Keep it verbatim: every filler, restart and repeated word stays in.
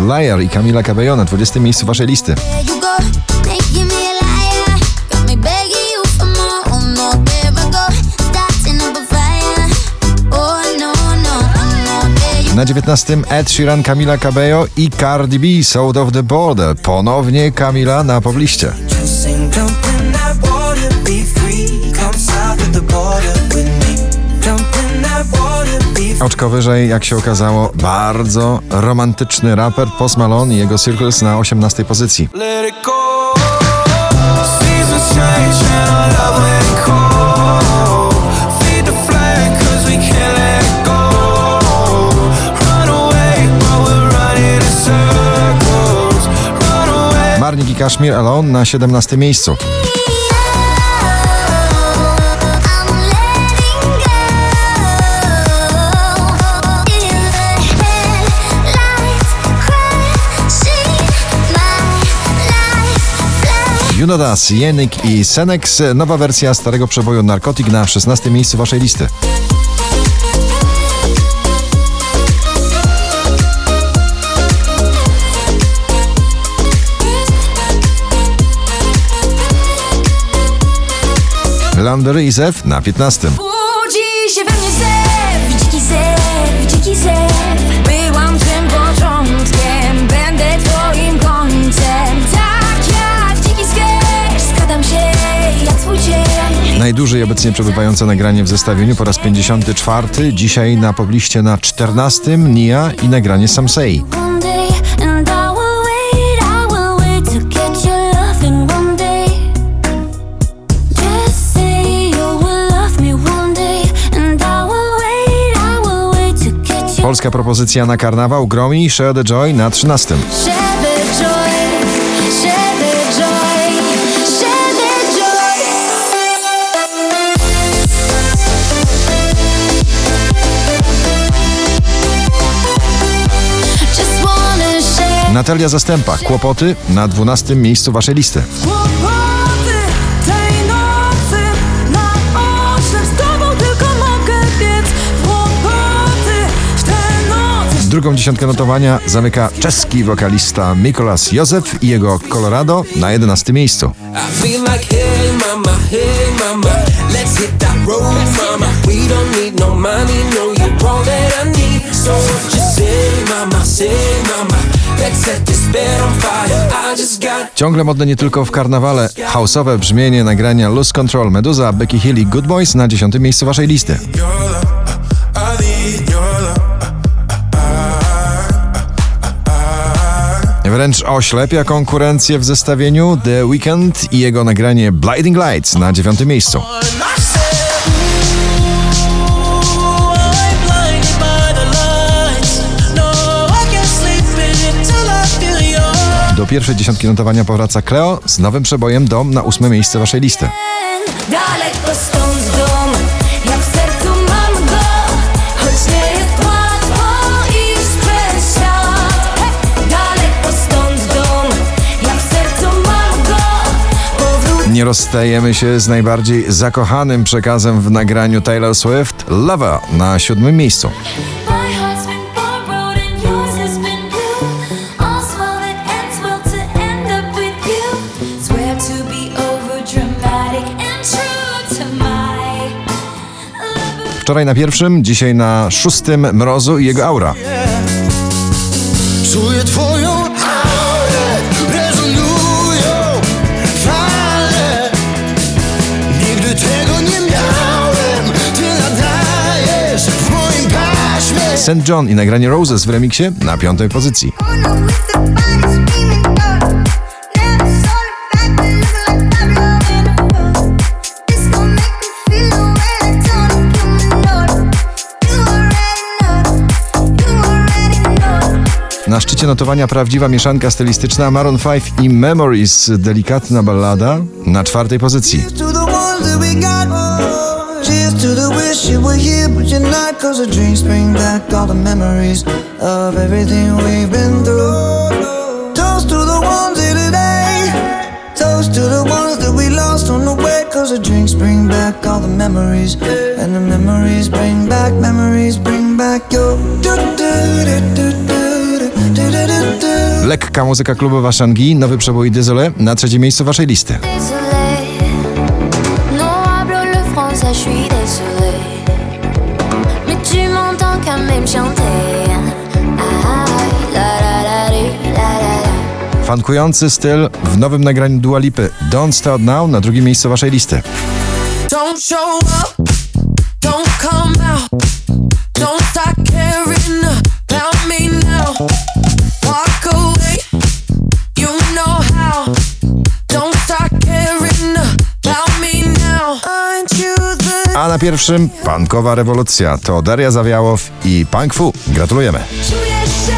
Liar i Camila Cabello na dwudziestym miejscu waszej listy. Na dziewiętnastym Ed Sheeran, Camila Cabello i Cardi B, South of the Border. Ponownie Camila na pobliście. Oczko wyżej, jak się okazało, bardzo romantyczny raper Post Malone i jego Circles na osiemnastej pozycji. Marnik i Kashmir Alone na siedemnastym miejscu. Junodas, Jenik i Senex, nowa wersja starego przeboju Narcotic na szesnastym miejscu waszej listy. Lander i Zew na piętnastym. Budzi się we mnie zew, dziki zew, dziki zew. Byłam tym początkiem, będę twoim końcem. Tak jak dziki zwierz, skradam się jak swój cień. Najdłużej obecnie przebywające nagranie w zestawieniu po raz pięćdziesiąty czwarty. Dzisiaj na pobliście na czternastym Nia i nagranie Some Say. Polska propozycja na karnawał Gromi, Share the Joy na trzynastym. Natalia Zastępa, Kłopoty na dwunastym miejscu waszej listy. Drugą dziesiątkę notowania zamyka czeski wokalista Mikolas Józef i jego Colorado na jedenastym miejscu. Ciągle modne nie tylko w karnawale. House'owe brzmienie nagrania Lose Control, Meduza, Becky Hill i Good Boys na dziesiątym miejscu waszej listy. Wręcz oślepia konkurencję w zestawieniu The Weeknd i jego nagranie Blinding Lights na dziewiątym miejscu. Do pierwszej dziesiątki notowania powraca Cleo z nowym przebojem Dom na ósme miejsce waszej listy. Daleko stąd dom, ja w sercu mam go, choć nie jest łatwo iść przez świat. Daleko stąd dom, ja w sercu mam go, powrót. Nie rozstajemy się z najbardziej zakochanym przekazem w nagraniu Taylor Swift, Lover na siódmym miejscu. Wczoraj na pierwszym, dzisiaj na szóstym Mrozu i jego Aura. Czuję twoją aurę, rezonują fale. Nigdy tego nie miałem, ty nadajesz w moim paśmie. Saint John i nagranie Roses w remiksie na piątej pozycji. Na szczycie notowania prawdziwa mieszanka stylistyczna Maroon pięć i Memories, delikatna ballada na czwartej pozycji. Do do do do do do do do. Lekka muzyka klubowa Shangi, nowy przebój Désolé na trzecim miejscu waszej listy. Désolé, non hablo le français, je suis désolé. Mais tu m'entends quand même chanter. Ah, la la la li, la la la. Funkujący styl w nowym nagraniu Dua Lipy Don't Start Now na drugim miejscu waszej listy. Don't show up, don't come out, don't start caring about me now. Walk away, you know how. Don't start caring about me now. Aren't you the... A na pierwszym punkowa rewolucja to Daria Zawiałow i Punk Fu. Gratulujemy. Czujesz się